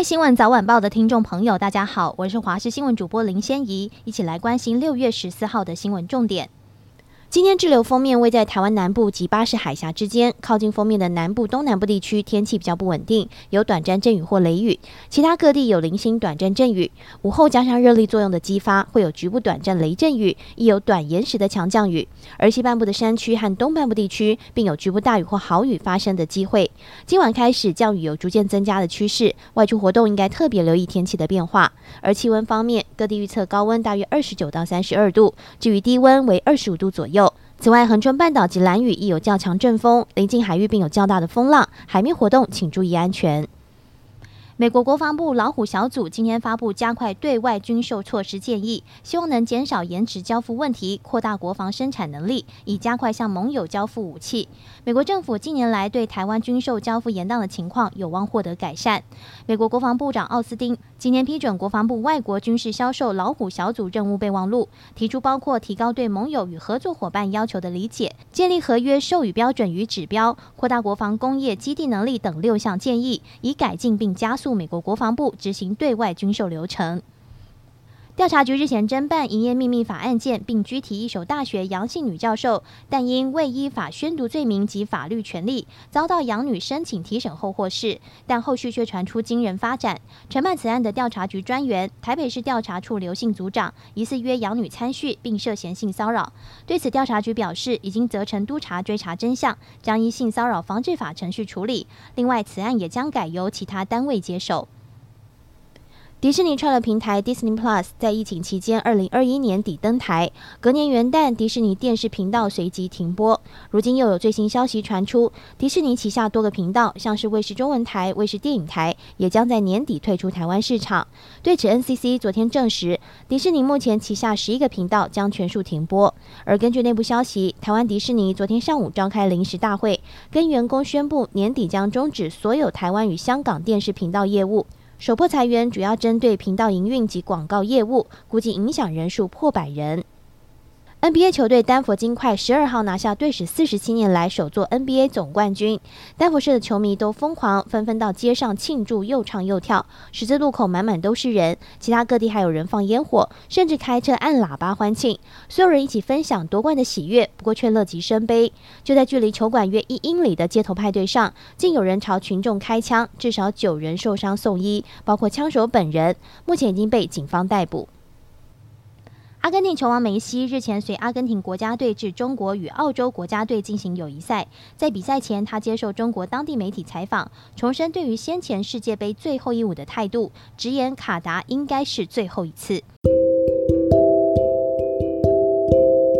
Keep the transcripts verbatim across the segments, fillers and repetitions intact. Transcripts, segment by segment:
位新闻早晚报的听众朋友，大家好，我是华视新闻主播林仙怡，一起来关心六月十四号的新闻重点。今天滞留锋面位在台湾南部及巴士海峡之间，靠近锋面的南部、东南部地区天气比较不稳定，有短暂阵雨或雷雨，其他各地有零星短暂阵雨。午后加上热力作用的激发，会有局部短暂雷阵雨，亦有短延时的强降雨。而西半部的山区和东半部地区，并有局部大雨或豪雨发生的机会。今晚开始降雨有逐渐增加的趋势，外出活动应该特别留意天气的变化。而气温方面，各地预测高温大约二十九到三十二度，至于低温为二十五度左右。此外，恒春半岛及兰屿亦有较强阵风，临近海域并有较大的风浪，海面活动请注意安全。美国国防部老虎小组今天发布加快对外军售措施建议，希望能减少延迟交付问题，扩大国防生产能力，以加快向盟友交付武器。美国政府近年来对台湾军售交付延宕的情况有望获得改善。美国国防部长奥斯汀今天批准国防部外国军事销售老虎小组任务备忘录，提出包括提高对盟友与合作伙伴要求的理解、建立合约授予标准与指标、扩大国防工业基地能力等六项建议，以改进并加速美国国防部执行对外军售流程。调查局日前侦办营业秘密法案件，并拘提一所大学杨姓女教授，但因未依法宣读罪名及法律权利，遭到杨女申请提审后获释，但后续却传出惊人发展。承办此案的调查局专员、台北市调查处刘姓组长，疑似约杨女参叙，并涉嫌性骚扰。对此，调查局表示，已经责成督察追查真相，将依性骚扰防治法程序处理。另外，此案也将改由其他单位接手。迪士尼创了平台 Disney Plus 在疫情期间二零二一年底登台，隔年元旦迪士尼电视频道随即停播。如今又有最新消息传出，迪士尼旗下多个频道，像是卫视中文台、卫视电影台，也将在年底退出台湾市场。对此 N C C 昨天证实，迪士尼目前旗下十一个频道将全数停播。而根据内部消息，台湾迪士尼昨天上午召开临时大会，跟员工宣布年底将终止所有台湾与香港电视频道业务。首波裁员主要针对频道营运及广告业务，估计影响人数破百人。N B A 球队丹佛金块十二号拿下队史四十七年来首座 N B A 总冠军，丹佛市的球迷都疯狂，纷纷到街上庆祝，又唱又跳，十字路口满满都是人，其他各地还有人放烟火，甚至开车按喇叭欢庆，所有人一起分享夺冠的喜悦，不过却乐极生悲。就在距离球馆约一英里的街头派对上，竟有人朝群众开枪，至少九人受伤送医，包括枪手本人，目前已经被警方逮捕。阿根廷球王梅西日前随阿根廷国家队至中国与澳洲国家队进行友谊赛，在比赛前，他接受中国当地媒体采访，重申对于先前世界杯最后一舞的态度，直言卡达应该是最后一次。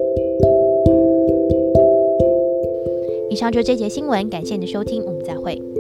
以上就是这节新闻，感谢你的收听，我们再会。